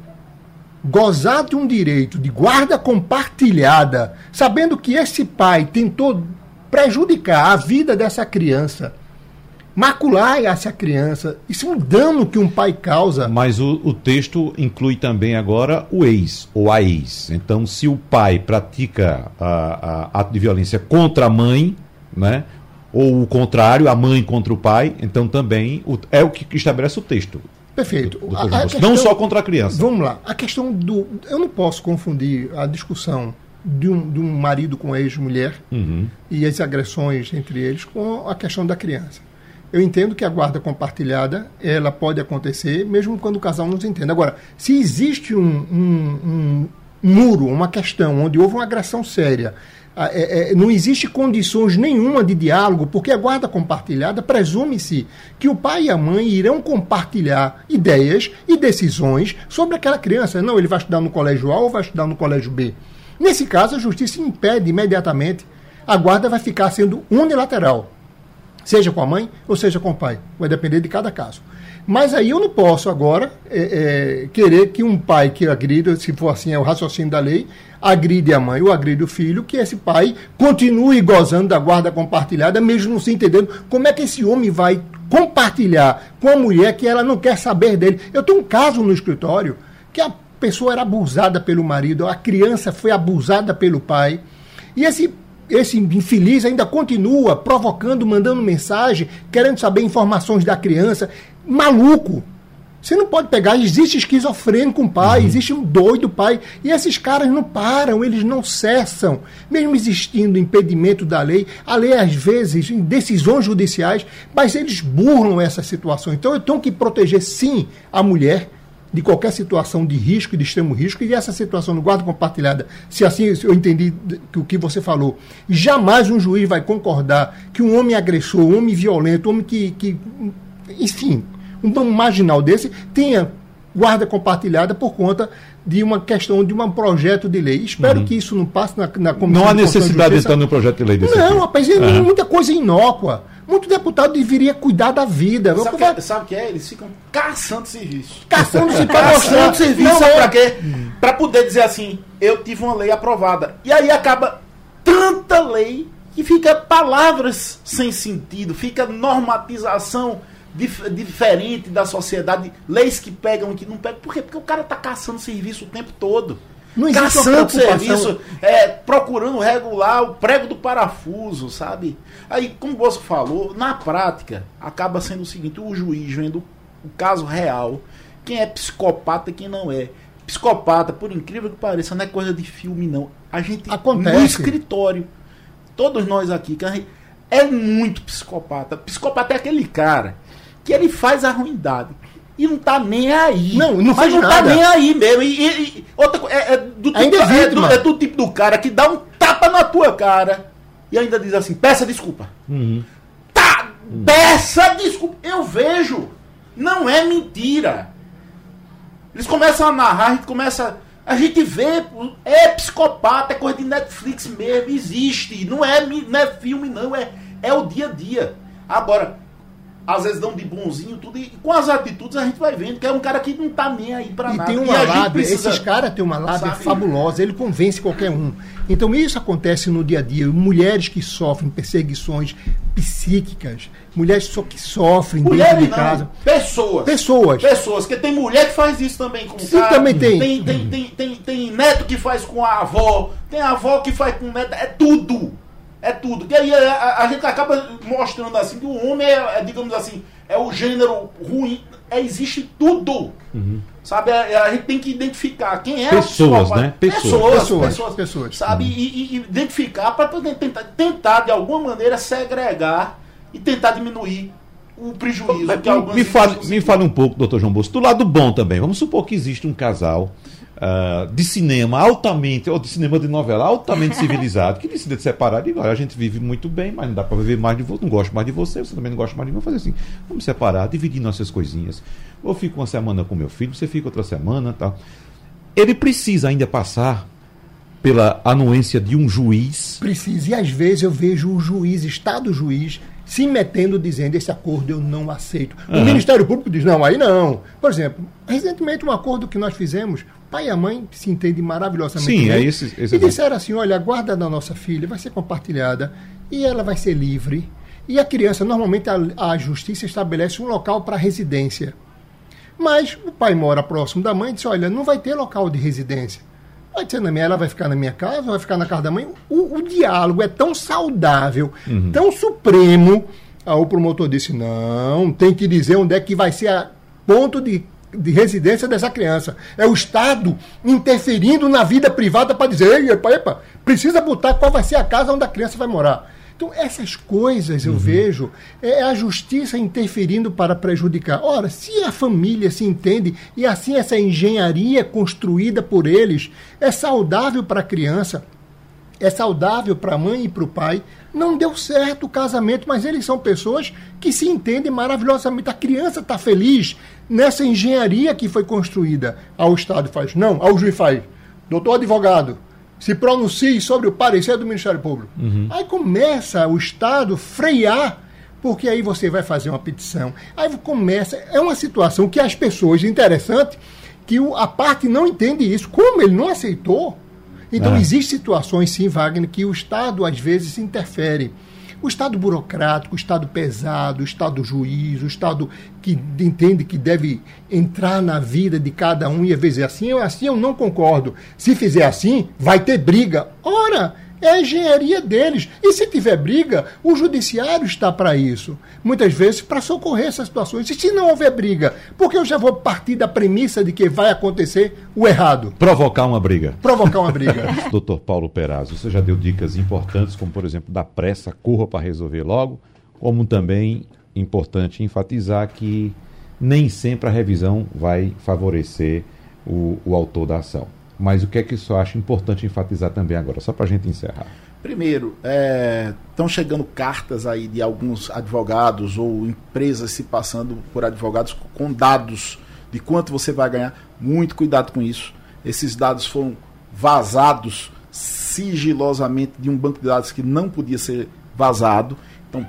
gozar de um direito de guarda compartilhada, sabendo que esse pai tentou prejudicar a vida dessa criança, macular essa criança, isso é um dano que um pai causa. Mas o texto inclui também agora o ex ou a ex. Então, se o pai pratica ato de violência contra a mãe, né, ou o contrário, a mãe contra o pai, então também é o que estabelece o texto. Perfeito. Não só contra a criança. Vamos lá. A questão do... Eu não posso confundir a discussão de um marido com a ex-mulher e as agressões entre eles com a questão da criança. Eu entendo que a guarda compartilhada ela pode acontecer mesmo quando o casal não se entende. Agora, se existe um muro, uma questão onde houve uma agressão séria, não existe condições nenhuma de diálogo, porque a guarda compartilhada presume-se que o pai e a mãe irão compartilhar ideias e decisões sobre aquela criança. Não, ele vai estudar no colégio A ou vai estudar no colégio B. Nesse caso, a justiça impede imediatamente. A guarda vai ficar sendo unilateral, seja com a mãe ou seja com o pai. Vai depender de cada caso. Mas aí eu não posso agora querer que um pai que agrida, se for assim, é o raciocínio da lei, agride a mãe ou agride o filho, que esse pai continue gozando da guarda compartilhada, mesmo não se entendendo como é que esse homem vai compartilhar com a mulher que ela não quer saber dele. Eu tenho um caso no escritório que a pessoa era abusada pelo marido, a criança foi abusada pelo pai, e esse infeliz ainda continua provocando, mandando mensagem, querendo saber informações da criança. Maluco! Você não pode pegar, existe esquizofrênico pai, existe um doido pai, e esses caras não param, eles não cessam, mesmo existindo impedimento da lei, a lei às vezes em decisões judiciais, mas eles burlam essa situação. Então eu tenho que proteger sim a mulher de qualquer situação de risco e de extremo risco, e essa situação no guarda compartilhada, se assim eu entendi o que você falou, jamais um juiz vai concordar que um homem agressor, um homem violento, um homem que enfim, um marginal desse tenha guarda compartilhada por conta de uma questão de um projeto de lei. Espero que isso não passe na comissão. Não há necessidade de estar no projeto de lei desse Não, rapaz, é muita coisa inócua. Muito deputado deveria cuidar da vida. Sabe o que é? Eles ficam caçando serviço. Caçando-se para mostrar. Serviço, Não, sabe pra quê? Pra poder dizer assim, eu tive uma lei aprovada. E aí acaba tanta lei que fica palavras sem sentido, fica normatização diferente da sociedade, leis que pegam e que não pegam. Por quê? Porque o cara tá caçando serviço o tempo todo. Não existe caçando serviço, procurando regular o prego do parafuso, sabe? Aí, como você falou, na prática, acaba sendo o seguinte, o juiz vendo o caso real, quem é psicopata e quem não é. Psicopata, por incrível que pareça, não é coisa de filme, não. A gente, acontece. No escritório, todos nós aqui, que a gente é muito psicopata. Psicopata é aquele cara que ele faz a ruindade e não tá nem aí. Não faz não nada. Tá nem aí mesmo. E outra coisa, é do tipo do cara que dá um tapa na tua cara e ainda diz assim, peça desculpa. Peça desculpa. Eu vejo. Não é mentira. Eles começam a narrar, a gente vê, é psicopata, é coisa de Netflix mesmo, existe. Não é filme, não, é o dia a dia. Agora, às vezes dão de bonzinho tudo, e com as atitudes a gente vai vendo que é um cara que não tá nem aí pra nada. E tem uma lábia, esses caras têm uma lábia fabulosa, ele convence qualquer um. Então isso acontece no dia a dia. Mulheres que sofrem perseguições psíquicas, mulheres só que sofrem dentro de casa. Pessoas, que tem mulher que faz isso também com o cara. Também tem. Tem neto que faz com a avó, tem avó que faz com o neto, é tudo. É tudo. Que aí a gente acaba mostrando assim que o homem digamos assim, é o gênero ruim. Existe tudo. Sabe? A gente tem que identificar quem é pessoas, né? Pessoas. Sabe? E identificar para poder tentar de alguma maneira segregar e tentar diminuir o prejuízo. Me fale um pouco, doutor João Bosco, do lado bom também. Vamos supor que existe um casal de cinema altamente, ou de cinema de novela altamente civilizado, que decide se separar e agora a gente vive muito bem, mas não dá para viver mais de você, não gosto mais de você também não gosta mais de mim, vamos fazer assim, vamos separar, dividir nossas coisinhas. Eu fico uma semana com meu filho, você fica outra semana, tá? Ele precisa ainda passar pela anuência de um juiz? Precisa, e às vezes eu vejo o juiz, Estado juiz, se metendo, dizendo, esse acordo eu não aceito. O Ministério Público diz, não, aí não. Por exemplo, recentemente um acordo que nós fizemos, pai e a mãe se entendem maravilhosamente bem. É esse e disseram assim, olha, a guarda da nossa filha vai ser compartilhada e ela vai ser livre. E a criança, normalmente a justiça estabelece um local para residência. Mas o pai mora próximo da mãe e disse, olha, não vai ter local de residência. Vai ser ela vai ficar na minha casa, vai ficar na casa da mãe. O diálogo é tão saudável, tão supremo. O promotor disse, não, tem que dizer onde é que vai ser a ponto de residência dessa criança. É o Estado interferindo na vida privada para dizer, epa, precisa botar qual vai ser a casa onde a criança vai morar. Então, essas coisas eu vejo, é a justiça interferindo para prejudicar. Ora, se a família se entende, e assim essa engenharia construída por eles é saudável para a criança, é saudável para a mãe e para o pai, não deu certo o casamento, mas eles são pessoas que se entendem maravilhosamente. A criança está feliz nessa engenharia que foi construída. Ao Estado faz não, ao juiz faz, doutor advogado, se pronuncie sobre o parecer do Ministério Público. Aí começa o Estado frear, porque aí você vai fazer uma petição. Aí começa... É uma situação que as pessoas... Interessante que a parte não entende isso. Como ele não aceitou? Então, existem situações, sim, Wagner, que o Estado, às vezes, interfere. O Estado burocrático, o Estado pesado, o Estado juiz, o Estado que entende que deve entrar na vida de cada um e às vezes assim eu não concordo. Se fizer assim, vai ter briga. Ora, É a engenharia deles. E se tiver briga, o judiciário está para isso. Muitas vezes para socorrer essas situações. E se não houver briga, porque eu já vou partir da premissa de que vai acontecer o errado. Provocar uma briga. Provocar uma briga. Doutor Paulo Perazzo, você já deu dicas importantes, como por exemplo, da pressa, corra para resolver logo, como também importante enfatizar que nem sempre a revisão vai favorecer o autor da ação. Mas o que é que isso acha importante enfatizar também agora, só para a gente encerrar? Primeiro, estão chegando cartas aí de alguns advogados ou empresas se passando por advogados com dados de quanto você vai ganhar. Muito cuidado com isso. Esses dados foram vazados sigilosamente de um banco de dados que não podia ser vazado. Então,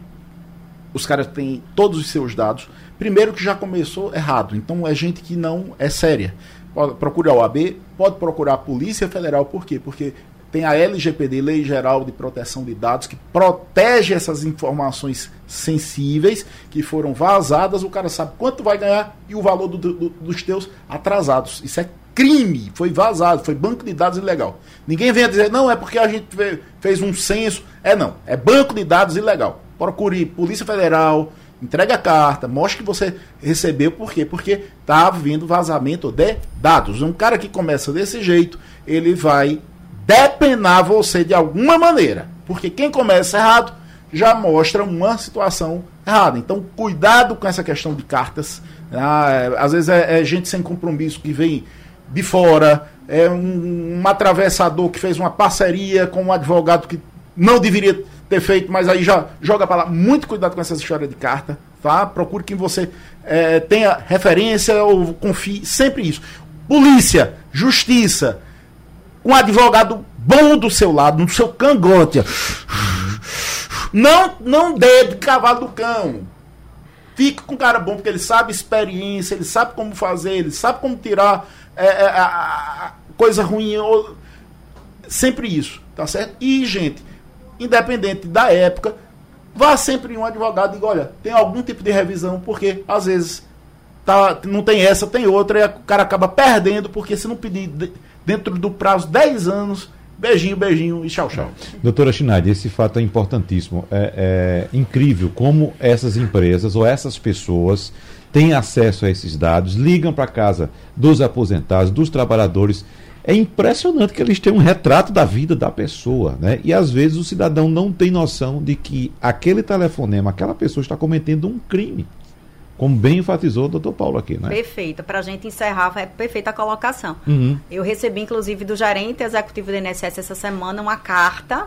os caras têm todos os seus dados. Primeiro que já começou errado. Então, é gente que não é séria. Pode procurar a OAB, pode procurar a Polícia Federal. Por quê? Porque tem a LGPD, Lei Geral de Proteção de Dados, que protege essas informações sensíveis que foram vazadas. O cara sabe quanto vai ganhar e o valor dos teus atrasados. Isso é crime, foi vazado, foi banco de dados ilegal. Ninguém vem a dizer, não, é porque a gente fez um censo. Não, é banco de dados ilegal. Procure Polícia Federal, entregue a carta, mostre que você recebeu. Por quê? Porque está havendo vazamento de dados. Um cara que começa desse jeito, ele vai depenar você de alguma maneira. Porque quem começa errado já mostra uma situação errada. Então, cuidado com essa questão de cartas. Às vezes é gente sem compromisso que vem de fora, é um atravessador que fez uma parceria com um advogado que não deveria ter feito, mas aí já joga para lá. Muito cuidado com essa história de carta, tá? Procure que você tenha referência ou confie, sempre isso. Polícia, justiça, um advogado bom do seu lado, no seu cangote. Não dê de cavalo do cão. Fique com um cara bom, porque ele sabe experiência, ele sabe como fazer, ele sabe como tirar coisa ruim. Sempre isso, tá certo? E, gente, independente da época, vá sempre em um advogado e diga, olha, tem algum tipo de revisão, porque às vezes não tem essa, tem outra, e o cara acaba perdendo, porque se não pedir dentro do prazo 10 anos, beijinho e tchau. Doutora Schneider, esse fato é importantíssimo. É incrível como essas empresas ou essas pessoas têm acesso a esses dados, ligam para a casa dos aposentados, dos trabalhadores. É impressionante que eles têm um retrato da vida da pessoa, né? E às vezes o cidadão não tem noção de que aquele telefonema, aquela pessoa está cometendo um crime. Como bem enfatizou o doutor Paulo aqui, né? Perfeito. Para a gente encerrar, é perfeita a colocação. Eu recebi, inclusive, do gerente executivo do INSS essa semana uma carta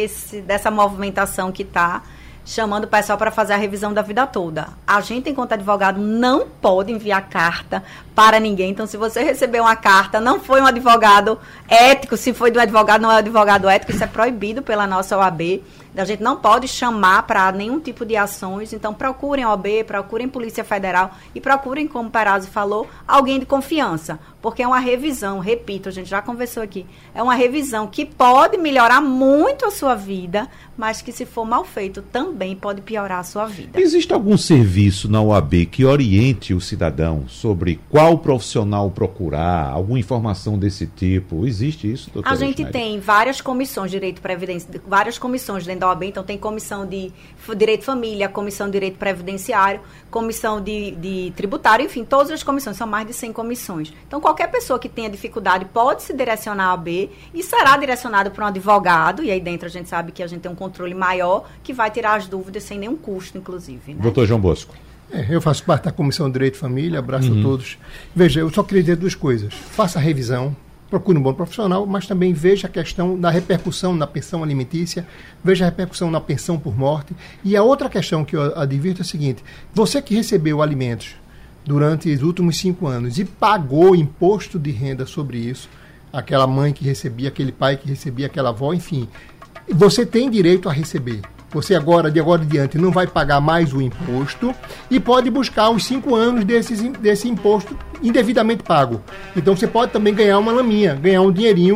dessa movimentação que está chamando o pessoal para fazer a revisão da vida toda. A gente, enquanto advogado, não pode enviar carta para ninguém. Então, se você receber uma carta, não foi um advogado ético, se foi do advogado, não é um advogado ético, isso é proibido pela nossa OAB. A gente não pode chamar para nenhum tipo de ações. Então, procurem a OAB, procurem Polícia Federal e procurem, como o Perazzo falou, alguém de confiança. Porque é uma revisão, repito, a gente já conversou aqui, é uma revisão que pode melhorar muito a sua vida, mas que, se for mal feito, também pode piorar a sua vida. Existe algum serviço na OAB que oriente o cidadão sobre qual profissional procurar, alguma informação desse tipo? Existe isso, doutora A gente Schneider? tem várias comissões de direito e previdência, várias comissões dentro da OAB, então tem comissão de direito de família, comissão de direito previdenciário, comissão de tributário, enfim, todas as comissões, são mais de 100 comissões. Então, qualquer pessoa que tenha dificuldade pode se direcionar à OAB e será direcionado para um advogado, e aí dentro a gente sabe que a gente tem um controle maior, que vai tirar as dúvidas sem nenhum custo, inclusive. Né? Doutor João Bosco. Eu faço parte da Comissão de Direito e Família, abraço a todos. Veja, eu só queria dizer duas coisas. Faça a revisão, procure um bom profissional, mas também veja a questão da repercussão na pensão alimentícia, veja a repercussão na pensão por morte. E a outra questão que eu advirto é a seguinte: você que recebeu alimentos durante os últimos 5 anos e pagou imposto de renda sobre isso, aquela mãe que recebia, aquele pai que recebia, aquela avó, enfim, você tem direito a receber. Você de agora em diante não vai pagar mais o imposto e pode buscar os 5 anos desse imposto indevidamente pago. Então você pode também ganhar uma laminha, ganhar um dinheirinho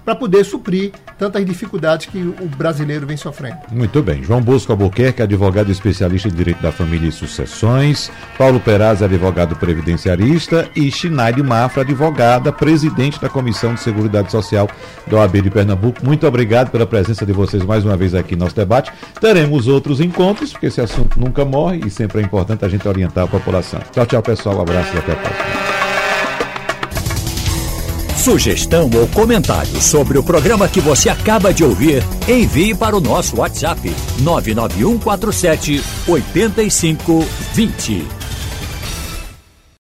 para poder suprir tantas dificuldades que o brasileiro vem sofrendo. Muito bem. João Bosco Albuquerque, advogado especialista em direito da família e sucessões. Paulo Peraz, advogado previdenciarista. E Chinaide Mafra, advogada, presidente da Comissão de Seguridade Social da OAB de Pernambuco. Muito obrigado pela presença de vocês mais uma vez aqui no nosso debate. Teremos outros encontros, porque esse assunto nunca morre e sempre é importante a gente orientar a população. Tchau, tchau, pessoal. Um abraço e até a próxima. Sugestão ou comentário sobre o programa que você acaba de ouvir, envie para o nosso WhatsApp 99147 8520.